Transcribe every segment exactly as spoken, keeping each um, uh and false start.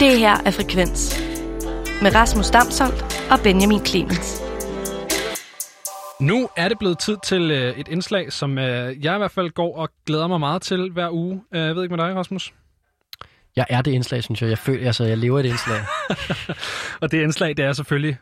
Det her er Frekvens med Rasmus Damsholdt og Benjamin Clemens. Nu er det blevet tid til øh, et indslag, som øh, jeg i hvert fald går og glæder mig meget til hver uge. Øh, jeg ved ikke med dig, Rasmus? Jeg er det indslag, synes jeg. Jeg føler, altså, jeg lever i det indslag. Og det indslag, det er selvfølgelig...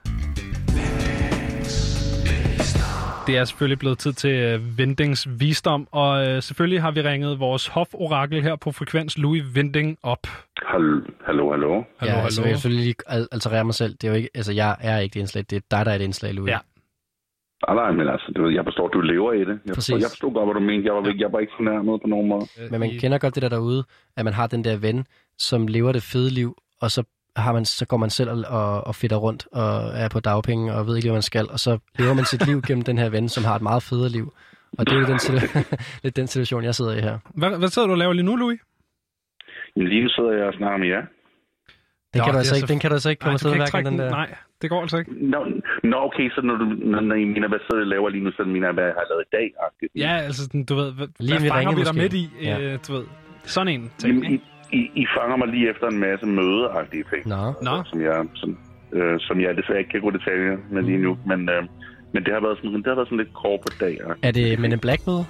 Det er selvfølgelig blevet tid til øh, Vindings visdom, og øh, selvfølgelig har vi ringet vores hoforakel her på Frekvens, Louis Vinding, op. Hallo, hallo, hallo. Ja, hallo, altså, hallo. jeg vil selvfølgelig lige al- alterere mig selv. Det er jo ikke, altså, jeg er ikke det indslag. Det er dig, der er det indslag, Louis. Ja. Ah, nej, men altså, du ved, jeg forstår, du lever i det. Jeg forstår, jeg forstår godt, hvad du mener. Jeg var, jeg var ikke fornærmet på nogen måde. Men man kender godt det der derude, at man har den der ven, som lever det fede liv, og så har man, så går man selv og, og fedter rundt og er på dagpenge og ved ikke, hvad man skal, og så lever man sit liv gennem den her ven, som har et meget federe liv. Og det er jo den, lidt den situation, jeg sidder i her. Hvad, hvad sidder du og laver lige nu, Louis? Jamen, lige nu sidder jeg og snakker med jer. Den, Nå, kan, du altså så... ikke, den kan du altså ikke komme og sidde hver gang, den der. Nej, det går altså ikke. Nå, no, okay, så når, du, når, når I mener, hvad sidder jeg laver lige nu, så mener jeg, hvad jeg har lavet i dag. -agtigt. Ja, altså, du ved, hvad, Lige hvad fanger vi der måske. midt i? Ja. Øh, du ved, sådan en ting, Jamen, ikke? I, I, I fanger mig lige efter en masse mødeagtige ting. Nå. Nå. Som jeg, som, øh, som jeg desværre ikke kan gå detaljer med lige nu. Men, øh, men det har været sådan, det har været sådan lidt corporate dag. Er det Men in Black møde?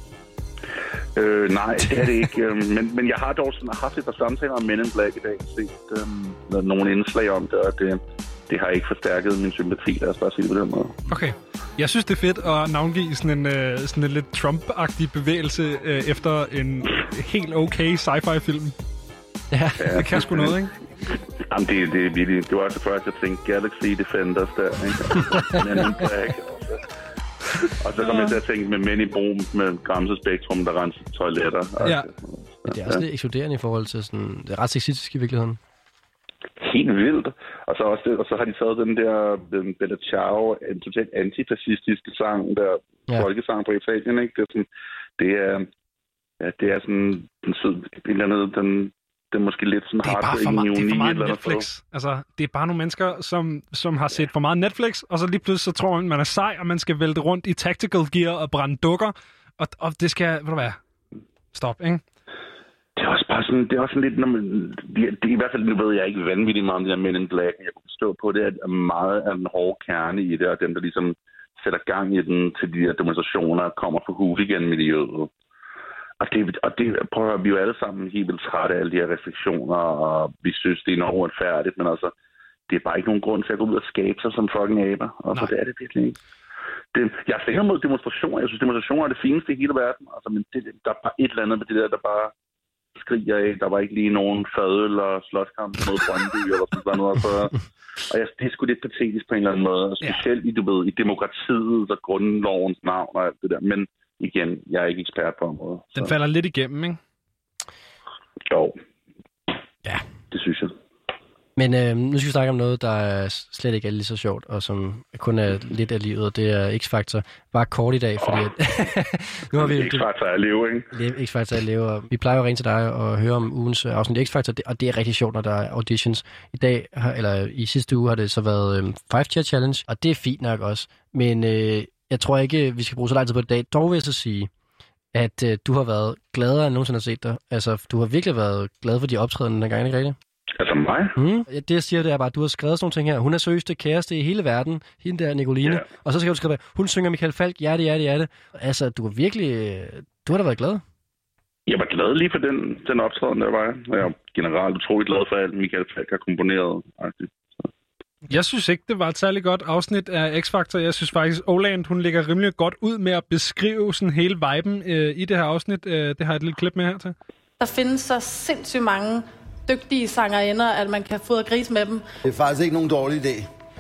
Øh, nej, det er det ikke. Øh, men, men jeg har dog sådan, haft et par samtaler om Men in Black i dag. Set øh, nogle indslag om det, og det, det har ikke forstærket min sympati. Lad os bare sige det på den måde. Okay. Jeg synes, det er fedt at navngive sådan en, øh, sådan en lidt Trump-agtig bevægelse øh, efter en helt okay sci-fi-film. Ja. Det kan sgu noget, ikke? Jamen, det, det, det, det, det var også først, jeg tænkte Galaxy Defenders der, ikke? Men in Black. Og så kom jeg til at tænke med mænd i bro med Gramse Spektrum, der renser toiletter. Ja. Men det er også lidt ekskluderende i forhold til sådan... Det er ret sexistisk i virkeligheden. Helt vildt. Og så, også det, og så har de taget den der den Bella Ciao, en totalt antifascistiske sang, der Ja. folkesang på Italien, ikke? Det er sådan, det er, ja, det er sådan, den sidder, en eller andet, den, det er måske lidt sådan Det er bare for, meget, det er for meget eller Netflix. Altså, det er bare nogle mennesker, som, som har set for meget Netflix, og så lige pludselig så tror man, man er sej, og man skal vælte rundt i tactical gear og brænde dukker. Og, og det skal, ved du hvad, stop, ikke? Det er også bare sådan, det er også sådan lidt, når man, det, det, i hvert fald, nu ved jeg ikke vanvittigt meget om det der Men in Black, jeg kunne forstå på det, at meget af den hårde kerne i det, og dem, der ligesom sætter gang i den til de her demonstrationer, kommer fra hooligan-miljøet. Og det, og det prøver at vi er jo alle sammen helt vildt trætte af alle de her restriktioner, og vi synes, det er enormt uretfærdigt, men altså, det er bare ikke nogen grund til at gå ud og skabe sig som fucking aber. Og så det er det virkelig ikke. Det, jeg er sikker mod demonstrationer. Jeg synes, demonstrationer er det fineste i hele verden. Altså, men det, der er bare et eller andet med det der, der bare skriger af. Der var ikke lige nogen fadøl og slåskamp mod Brøndby eller sådan noget. Så, og jeg, det er sgu lidt patetisk på en eller anden måde. Og specielt i, du ved, i demokratiet og grundlovens navn og alt det der. Men igen, jeg er ikke ekspert på området. Så. Den falder lidt igennem, ikke? Jo. Ja. Det synes jeg. Men øh, nu skal vi snakke om noget, der slet ikke er lige så sjovt, og som kun er lidt af livet, og det er X-Factor. Bare kort i dag, fordi at, nu har vi... X-Factor er at leve, ikke? X-Factor er at leve, og vi plejer jo at ringe til dig og høre om ugens afsnit X-Factor, og det er rigtig sjovt, når der er auditions. I dag, eller i sidste uge, har det så været øh, Five Chair Challenge, og det er fint nok også. Men øh, jeg tror ikke, vi skal bruge så lang tid på det i dag. Dog vil jeg så sige, at øh, du har været gladere end nogensinde har set dig. Altså, du har virkelig været glad for de optræden den gang, ikke rigtigt? Altså mig? Mm. Det jeg siger, det er bare, at du har skrevet sådan nogle ting her. Hun er seriøst kæreste i hele verden, hende der Nicoline. Yeah. Og så skal du skrive, hun synger Michael Falch, hjerte, hjerte, hjerte. Altså, du har virkelig... Du har da været glad. Jeg var glad lige for den, den optræden, der var. Og jeg er generelt utroligt glad for alt, Michael Falch har komponeret. Jeg synes ikke, det var et særligt godt afsnit af X-Factor. Jeg synes faktisk, Åland, hun ligger rimelig godt ud med at beskrive sådan hele viben øh, i det her afsnit. Øh, det har jeg et lille klip med her til. Der findes så sindssygt mange dygtige sangerinder, at man kan fodre gris med dem. Det er faktisk ikke nogen dårlig idé.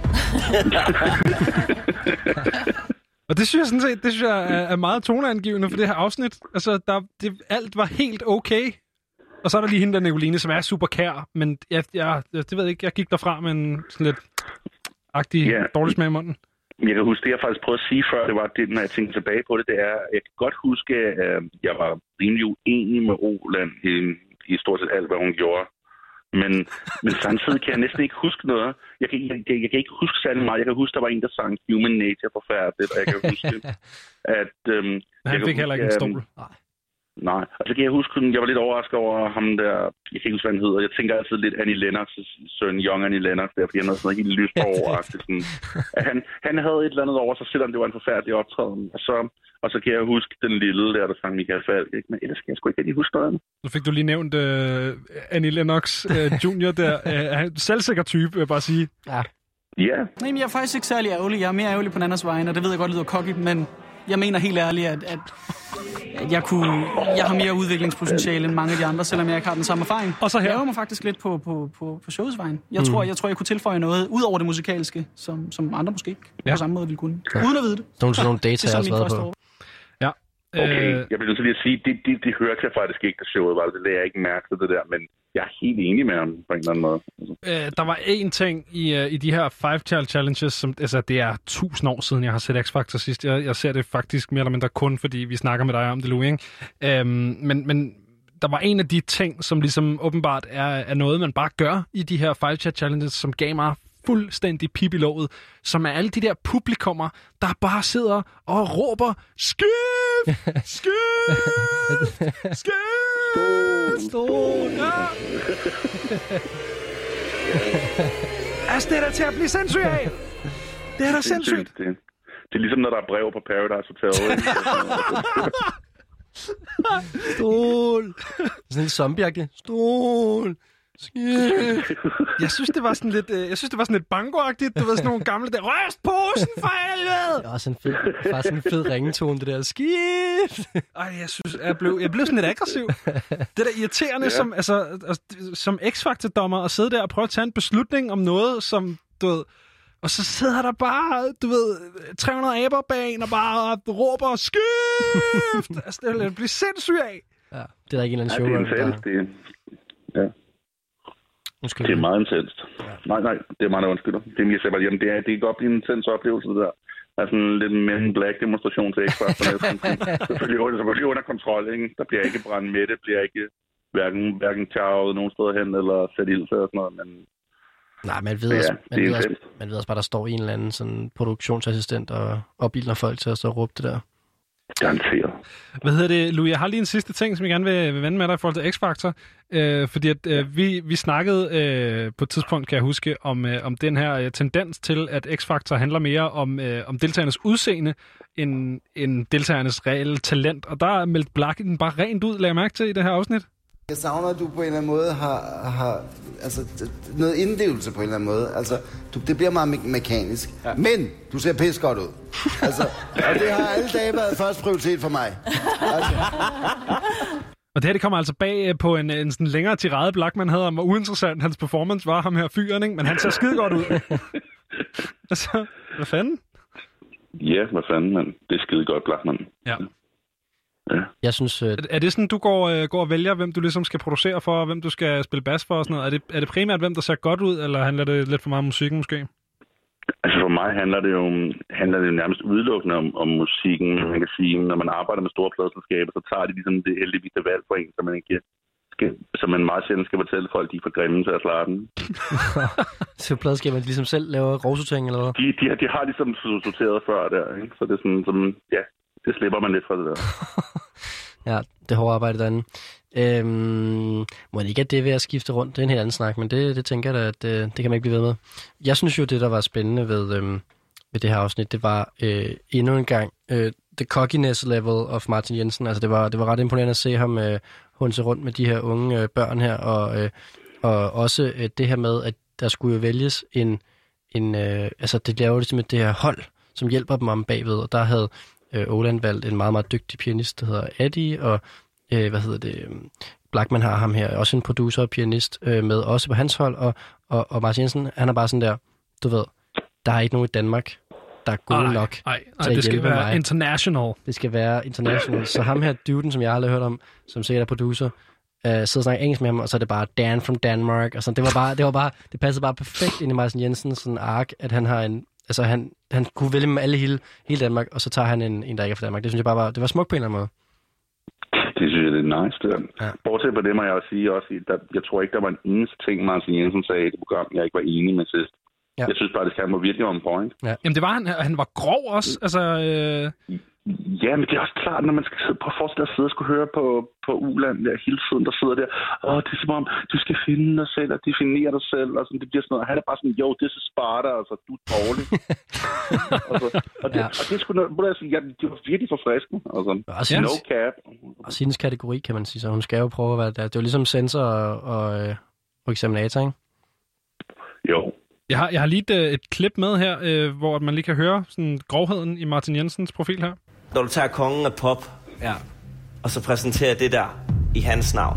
Og det synes jeg sådan set, det synes jeg er, er meget toneangivende for det her afsnit. Altså, der, det, alt var helt okay. Og så er der lige hende der Nicoline, som er super kær, men jeg, jeg, det ved jeg ikke, jeg gik derfra med en sådan lidt agtig yeah. dårlig smag i munden. Jeg kan huske, det jeg faktisk prøvede at sige før, det var det, når jeg tænkte tilbage på det, det er, jeg kan godt huske, at jeg var rimelig uenig med Åland i, i stort set alt, hvad hun gjorde. Men, men samtidig kan jeg næsten ikke huske noget. Jeg kan, jeg, jeg, jeg kan ikke huske særlig meget. Jeg kan huske, der var en, der sang Human Nature forfærdeligt, og jeg kan huske, at... Øhm, han fik heller ikke en stol. Nej. Nej. Og så kan jeg huske, jeg var lidt overrasket over ham der, jeg kan ikke huske, hvad han hedder. Jeg tænker altid lidt Annie Lennox' søn, Young Annie Lennox, der, fordi han havde sådan noget helt lyst på overrasket. Han, han havde et eller andet over sig, selvom det var en forfærdelig optræden. Og så, og så kan jeg huske den lille der, der sang Michael Falk. Ikke? Men ellers kan jeg sgu ikke rigtig huske noget. Nu fik du lige nævnt uh, Annie Lennox uh, junior der. Uh, selvsikker type, vil jeg bare sige. Ja. Ja. Yeah. Nej, men jeg er faktisk ikke særlig ærgerlig. Jeg er mere ærgerlig på Nannas vegne, og det ved jeg godt lyder cocky, men jeg mener helt ærligt, at, at, at jeg, kunne, jeg har mere udviklingspotentiale end mange af de andre, selvom jeg ikke har den samme erfaring. Og så her. Jeg øver mig faktisk lidt på, på, på, på showets vejen. Jeg, mm. tror, jeg tror, jeg kunne tilføje noget, ud over det musikalske, som, som andre måske ikke ja. på samme måde ville kunne. Ja. Uden at vide det. Nogle sådan nogle data, jeg har været på. År. Ja. Okay, jeg vil nødt til lige at sige, det, det, det hørte jeg faktisk ikke, da showet var. Det lagde jeg ikke mærke til det der, men jeg er helt enig med ham på en eller anden måde. Øh, der var én ting i, uh, i de her Five Child Challenges, som altså, det er tusind år siden, jeg har set X-Factor sidst. Jeg, jeg ser det faktisk mere eller mindre kun, fordi vi snakker med dig om det, Louis, ikke? Øhm, men, men der var en af de ting, som ligesom åbenbart er, er noget, man bare gør i de her Five Child Challenges, som gav mig fuldstændig pip i låget, som er alle de der publikummer, der bare sidder og råber, skift! Skift! Skift! Stol! Ja! Altså, det er da til at blive sindssygt af! Det er da sindssygt! Det, det er ligesom, når der er brev på Paradise Hotel. Stol! Sådan en zombie-agtig. Stol! Jeg synes, det var sådan lidt, øh, jeg synes, det var sådan lidt bango-agtigt. Du ved, sådan nogle gamle der. Røst posen for helvede! Det var sådan en fed, faktisk sådan en fed ringetone, det der. Skift! Ej, jeg synes, jeg blev, jeg blev sådan lidt aggressiv. Det der irriterende, ja. som, altså, som X-Factor-dommer, at sidde der og prøve at tage en beslutning om noget, som, du ved, og så sidder der bare, du ved, tre hundrede aber bag en og bare råber, skift! Altså, det bliver sindssygt af. Ja, det er der ikke en eller anden show. Ja, det er en det er, ja. Undskyld. Det er meget intenst. Ja. Nej, nej, det er meget, der undskylder. Det er, jeg siger, jamen, det, er, det kan godt blive en intens oplevelse, det der. Der er sådan lidt Men in Black demonstration til X-Factor. selvfølgelig, selvfølgelig under kontrol, ikke? Der bliver ikke brændt med det, bliver ikke hverken, hverken tjavet nogen steder hen, eller sat ild til og sådan noget, men... Nej, man ved, ja, også, man, ved også, man ved også bare, der står en eller anden sådan produktionsassistent og opildner folk til at så råbe det der. Garanteret. Hvad hedder det, Louis? Jeg har lige en sidste ting, som jeg gerne vil, vil vende med dig i forhold til X-Factor. Øh, fordi at, øh, vi, vi snakkede øh, på et tidspunkt, kan jeg huske, om, øh, om den her øh, tendens til, at X-Factor handler mere om, øh, om deltagernes udseende, end, end deltagernes reelle talent. Og der meldte Blakken bare rent ud, lagde jeg mærke til i det her afsnit. Jeg savner, at du på en eller anden måde har, har altså, noget indlevelse på en eller anden måde. Altså, du, det bliver meget me- mekanisk. Ja. Men du ser pisse godt ud. Altså, og det har alle dage været første prioritet for mig. Altså. Og det her, det kommer altså bag på en, en sådan længere tirade, Blackman havde om, hvor uinteressant hans performance var, ham her fyren, ikke? Men han ser skide godt ud. Altså, hvad fanden? Ja, hvad fanden, mand. Det er skide godt, Blackman. Ja. Ja. Jeg synes, øh... er det sådan, du går, øh, går og vælger, hvem du ligesom skal producere for, og hvem du skal spille bas for og sådan noget? Er det, er det primært, hvem der ser godt ud, eller handler det lidt for meget om musikken måske? Altså for mig handler det jo, handler det jo nærmest udelukkende om, om musikken. Man kan sige, når man arbejder med store pladselskaber, så tager de ligesom det heldigvis valg for en, så man ikke skal, så man meget sjældent skal fortælle folk, de er for grimme til at slå den. Så pladselskaberne ligesom selv laver rovsortering, eller hvad? De, de, de har ligesom sorteret før der, ikke? Så det er sådan, som, ja, det slipper man lidt fra det der. Ja, det hårde arbejde derinde. Øhm, må ikke, at det er ved at skifte rundt. Det er en helt anden snak, men det, det tænker jeg da, at det, det kan man ikke blive ved med. Jeg synes jo, det der var spændende ved, øhm, ved det her afsnit, det var øh, endnu en gang øh, the cockiness level of Martin Jensen. Altså det var, det var ret imponerende at se ham øh, hunse rundt med de her unge øh, børn her, og, øh, og også øh, det her med, at der skulle jo vælges en, en øh, altså det laver det simpelthen det her hold, som hjælper dem om bagved, og der havde øh, Åland valgt en meget, meget dygtig pianist, der hedder Eddie, og øh, hvad hedder det, Blackman har ham her, også en producer og pianist øh, med, også på hans hold, og, og, og Martin Jensen, han er bare sådan der, du ved, der er ikke nogen i Danmark, der er gode ej, nok ej, ej, det skal være mig. International. Det skal være international. Så ham her duden, som jeg aldrig har hørt om, som sikkert er producer, øh, sidder og snakker engelsk med ham, og så er det bare Dan from Denmark, og sådan. Det var bare, det var bare, det passede bare perfekt ind i Martin Jensens sådan ark, at han har en, altså han, han kunne vælge med alle hele, hele Danmark, og så tager han en, en der ikke er fra Danmark. Det synes jeg bare var, det var smukt på en eller anden måde. Det synes jeg, det er nice, det der. Ja. Bortset på det må jeg også sige, også, der, jeg tror ikke, der var en eneste ting, Martin Jensen sagde i det program, jeg ikke var enig med sidst. Ja. Jeg synes bare, det skal han var virkelig on point. Ja. Jamen det var han, han var grov også. Altså, øh... Ja, men det er også klart, når man skal sidde på forestille at sidde og skulle høre på, på U-land der hele tiden, der sidder der, åh, det er som om, du skal finde dig selv og definere dig selv, og sådan, det bliver sådan noget, han er bare sådan, jo, det er Sparta, altså, du er dårlig. altså, og, det, ja. og det, skulle, ja, det var virkelig forfriskende, altså, og sin, no cap. Og sinds kategori, kan man sige, så hun skal jo prøve at være der. Det var ligesom sensor og, og, og eksaminator, ikke? Jo. Jeg har, jeg har lige et, et klip med her, øh, hvor man lige kan høre sådan, grovheden i Martin Jensens profil her. Når du tager kongen af pop, ja. og så præsenterer det der i hans navn.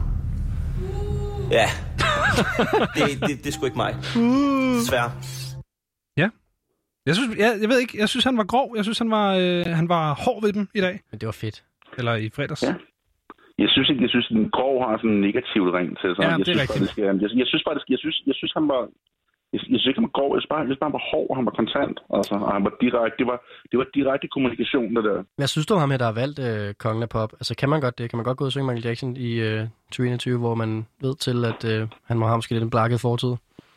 Ja, det, det, det er sgu ikke mig. Desværre. Ja. Jeg synes, jeg, jeg ved ikke, jeg synes, han var grov. Jeg synes, han var, øh, han var hård ved dem i dag. Men det var fedt. Eller i fredags. Ja. Jeg synes ikke, jeg synes, den grov har sådan en negativ ring til sig. Ja, jeg det er synes, rigtigt. Faktisk, jeg, jeg synes faktisk, jeg synes, jeg synes, han var... Jeg, jeg synes ikke, han var grov. Jeg synes bare, jeg synes bare han var hård, og han var kontant. Altså, og han var direkte. Det var, det var direkte kommunikation, det der. Hvad synes du om ham her, der har valgt øh, kongen af pop? Altså, kan man godt det? Kan man godt gå ud og synge Michael Jackson i øh, tyve enogtyve, hvor man ved til, at øh, han må have måske lidt en blakket fortid?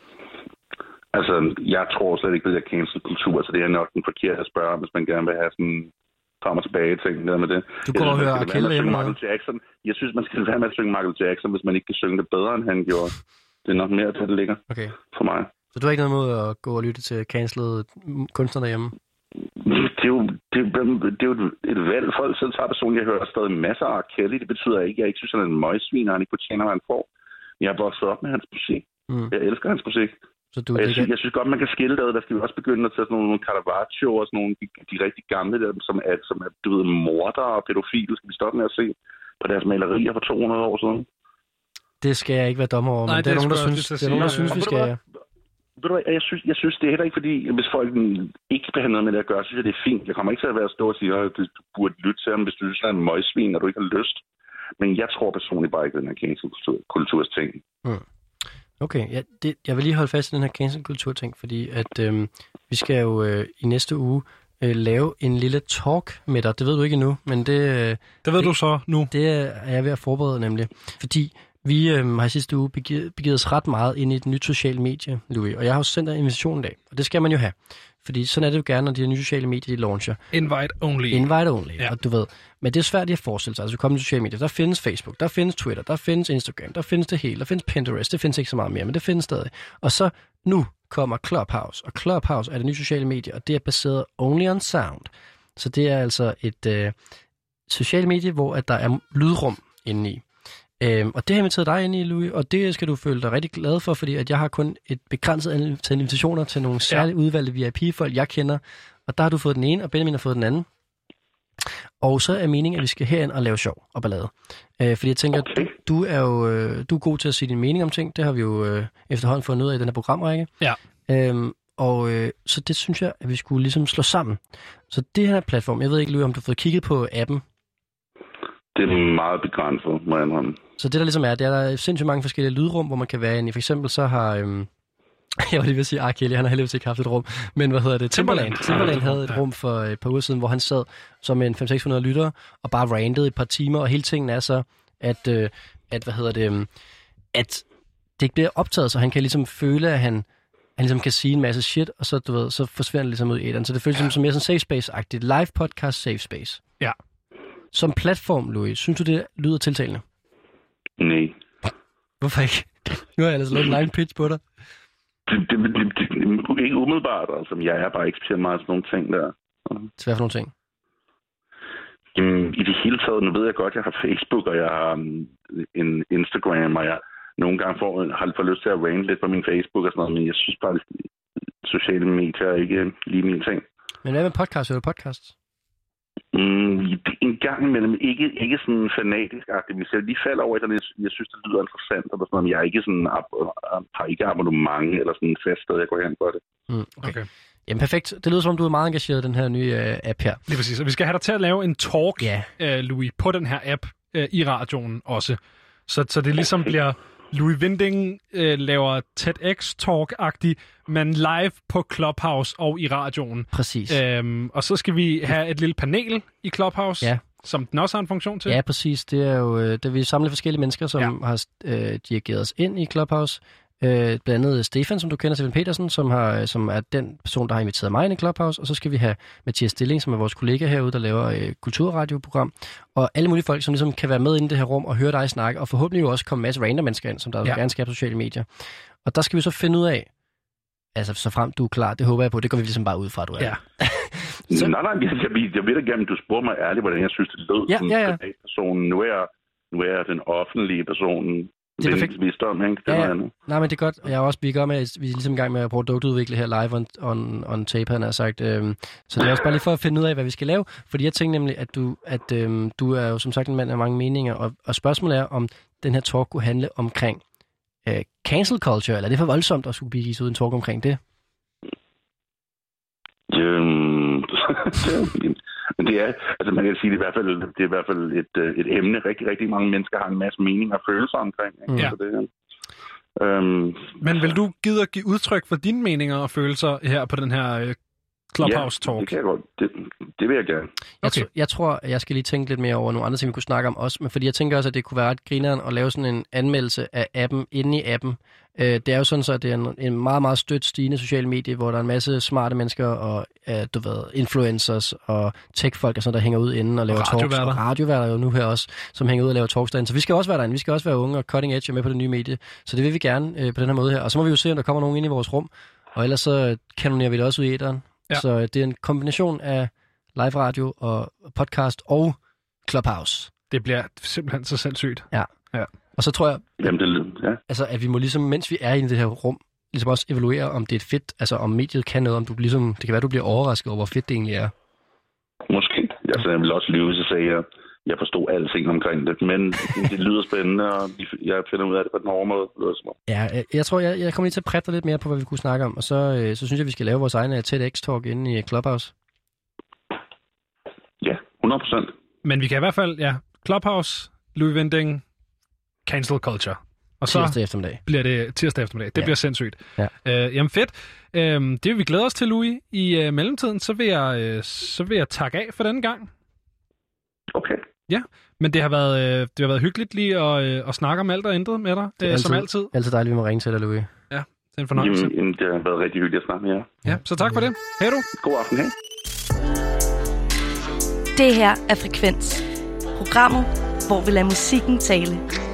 Altså, jeg tror slet ikke, at det er cancel-kultur. Altså, det er nok den forkerte at spørge, hvis man gerne vil have sådan frem og tilbage ting der med det. Du går og hører Akelle hjemme Michael Jackson. Jeg synes, man skal være med at synge Michael Jackson, hvis man ikke kan synge det bedre, end han gjorde. Det er nok mere til, det ligger okay. for mig. Så du har ikke noget mod at gå og lytte til cancelede kunstnere derhjemme? Det er jo, det er, det er jo et, et valg. Folk selv tager personligt. Jeg hører stadig masser af Kelly. Det betyder ikke, at jeg ikke synes, at han er en møgsvin, og han ikke fortjener, hvad han får. Jeg har vokset op med hans musik. Mm. Jeg elsker hans musik. Så du, jeg, det synes, kan... jeg synes godt, man kan skille det. Der skal vi også begynde at tage sådan nogle, nogle Caravaggio og sådan nogle de, de rigtig gamle, der, som er, som er du ved, morder og pædofile. Skal vi stoppe med at se på deres malerier for to hundrede år siden? Det skal jeg ikke være dommer over, men Nej, det er nogen, der synes, det er nogen, der synes, vi skal... Ved du hvad, jeg synes, jeg synes, det er heller ikke, fordi hvis folk ikke skal have noget med det at gøre, så synes jeg, det er fint. Jeg kommer ikke til at være stå og sige, at du burde lytte til ham, hvis du synes, han er en møgsvin, og du ikke har lyst. Men jeg tror personligt bare ikke, den her cancel-kulturs ting. Mm. Okay, ja, det, jeg vil lige holde fast i den her cancel-kultur-ting, fordi at øhm, vi skal jo øh, i næste uge øh, lave en lille talk med dig. Det ved du ikke endnu, men det... Øh, det ved det, du så nu. Det er jeg ved at forberede nemlig, fordi... Vi øh, har i sidste uge begivet, begivet os ret meget ind i et nyt socialt medie, Louis, og jeg har jo sendt dig en invitation i dag, og det skal man jo have, fordi sådan er det jo gerne, når de her nye sociale medier, de launcher. Invite only. Invite only, ja. Og du ved, men det er svært lige at forestille sig, altså vi kommer til sociale medier, der findes Facebook, der findes Twitter, der findes Instagram, der findes det hele, der findes Pinterest, det findes ikke så meget mere, men det findes stadig. Og så nu kommer Clubhouse, og Clubhouse er det nye sociale medie, og det er baseret only on sound. Så det er altså et øh, socialt medie, hvor at der er lydrum indeni. Øhm, og det har jeg inviteret dig ind i, Louis, og det skal du føle dig rigtig glad for, fordi at jeg har kun et begrænset antal invitationer til nogle særligt ja. udvalgte V I P-folk, jeg kender, og der har du fået den ene, og Benjamin har fået den anden. Og så er meningen, at vi skal herind og lave sjov og ballade. Øh, fordi jeg tænker, okay. du, du er jo øh, du er god til at sige din mening om ting, det har vi jo øh, efterhånden fundet ud af i den her programrække. Ja. Øhm, og øh, så det synes jeg, at vi skulle ligesom slå sammen. Så det her platform, jeg ved ikke, Louis, om du har fået kigget på appen. Det er meget begrænset, må jeg indrømme. Så det der ligesom er, det er der sindssygt mange forskellige lydrum, hvor man kan være inde i. For eksempel så har, øhm, jeg var lige ved at sige, R. Kelly, han har heldigvis ikke haft et rum, men hvad hedder det? Timbaland. Timbaland havde et rum for et par uger siden, hvor han sad som en fem til seks hundrede lyttere, og bare rantede et par timer, og hele tingen er så, at, øh, at hvad hedder det, at det ikke bliver optaget, så han kan ligesom føle, at han, han ligesom kan sige en masse shit, og så, du ved, så forsvinder det ligesom ud i æderen. Så det føles ja. som mere sådan safe space-agtigt. Live podcast, safe space. Ja. Som platform, Louis, synes du, det lyder tiltalende? Nej. Hvorfor ikke? Nu har jeg altså lavet en line pitch på dig. Det, det, det, det, det er ikke umiddelbart, altså. Jeg er bare ikke specielt meget sådan nogle ting der. Hvad for nogle ting? Jamen, i det hele taget, nu ved jeg godt, jeg har Facebook, og jeg har um, en Instagram, og jeg nogle gange får, har for lyst til at rante lidt på min Facebook og sådan noget, men jeg synes bare, at sociale medier er ikke lige mine ting. Men hvad med podcast? Hører du podcast? Mm, en gang imellem. Ikke, ikke sådan fanatisk-agtigt. Hvis jeg lige falder over et eller andet, jeg synes, det lyder interessant, og sådan noget, men jeg er ikke sådan, har ikke abonnement eller sådan en fast sted, jeg går hen på det. Mm, okay. okay. Jamen perfekt. Det lyder som om, du er meget engageret i den her nye uh, app her. Lige præcis. Og vi skal have dig til at lave en talk, yeah. uh, Louis, på den her app uh, i radioen også. Så, så det ligesom bliver Louis Winding øh, laver TEDx-talk-agtig, men live på Clubhouse og i radioen. Præcis. Øhm, og så skal vi have et lille panel i Clubhouse, ja. som den også har en funktion til. Ja, præcis. Det er jo, det vi samler forskellige mennesker, som ja. har øh, dirigeret os ind i Clubhouse. Øh, blandt andet Stefan, som du kender, Stefan Petersen, som, har, som er den person, der har inviteret mig ind i Clubhouse. Og så skal vi have Mathias Stilling, som er vores kollega herude, der laver øh, kulturradioprogram. Og alle mulige folk, som ligesom kan være med inde i det her rum og høre dig snakke. Og forhåbentlig jo også komme en masse random mennesker ind, som der ja. gerne skal på sociale medier. Og der skal vi så finde ud af, altså så frem du er klar, det håber jeg på, det går vi ligesom bare ud fra, du er. Ja. Så... Nej, nej, jeg, jeg, jeg ved da gerne, du spurgte mig ærligt, hvordan jeg synes, det lød ja, som ja, ja. privatpersonen. Nu er jeg, nu er jeg den offentlige person. Det er perfekt. Visdom, ikke? Det ja, ja. Nej, men det er godt. Jeg er også, vi er, med, vi er ligesom i gang med at produktudvikle her live on, on, on tape, han har sagt. Øhm, så det er også bare lige for at finde ud af, hvad vi skal lave. Fordi jeg tænker nemlig, at du, at, øhm, du er jo som sagt en mand af mange meninger, og, og spørgsmålet er, om den her talk kunne handle omkring øh, cancel culture, eller er det for voldsomt at skulle blive ud en talk omkring det? Øhm, men det er, altså man kan sige, det er i hvert fald, det er i hvert fald et, et emne, rigtig, rigtig mange mennesker har en masse meninger og følelser omkring. Ikke? Ja. Så det, øhm, Men vil du gide at give udtryk for dine meninger og følelser her på den her øh, Clubhouse-talk? Ja, det kan jeg godt. Det, det vil jeg gerne. Okay. Jeg, t- jeg tror, jeg skal lige tænke lidt mere over nogle andre ting, vi kunne snakke om også, men fordi jeg tænker også, at det kunne være ret grineren at lave sådan en anmeldelse af appen inde i appen. Øh, det er jo sådan så, at det er en, en meget, meget stødt stigende social medie, hvor der er en masse smarte mennesker og øh, du ved, influencers og tech-folk og sådan, der hænger ud inden og laver og talks. Og radioværter jo nu her også, som hænger ud og laver talks derinde. Så vi skal også være derinde. Vi skal også være unge og cutting edge og med på det nye medie. Så det vil vi gerne øh, på den her måde her. Og så må vi jo se, om der kommer nogen ind i vores rum. Og ellers så kanonerer vi det også ud i æteren. Ja. Så det er en kombination af live radio og podcast og Clubhouse. Det bliver simpelthen så sindssygt. Ja. Ja. Og så tror jeg, Jamen, det, ja. altså, at vi må ligesom, mens vi er i det her rum, ligesom også evaluere, om det er fedt, altså om mediet kan noget, om du ligesom, det kan være, du bliver overrasket over, hvor fedt det egentlig er. Måske. Altså, jeg vil også lyve, hvis jeg sagde, at jeg forstod alting omkring det, men det lyder spændende, og jeg finder ud af det på den hårde måde. Ja, jeg, jeg tror, jeg, jeg kommer lige til at prætte lidt mere på, hvad vi kunne snakke om, og så, øh, så synes jeg, vi skal lave vores egen TEDx-talk inde i Clubhouse. Ja, hundrede procent. Men vi kan i hvert fald, ja, Clubhouse, Louis Vending, cancel culture. Og så tirsdag eftermiddag. Bliver det tirsdag eftermiddag. Det ja. bliver sindssygt. Ja. Øh, jamen fedt. Øh, det vil vi glæde os til, Louis. I øh, mellemtiden, så vil, jeg, øh, så vil jeg takke af for denne gang. Okay. Ja, men det har været, øh, det har været hyggeligt lige at, øh, at snakke om alt og intet med dig, øh, altid, som altid. Altid dejligt, vi må ringe til dig, Louis. Ja, det er en fornøjelse. Jamen, det har været rigtig hyggeligt at snakke med jer. Ja, så tak for det. Hej du. God aften, hej. Det her er Frekvens. Programmet, hvor vi lader musikken tale.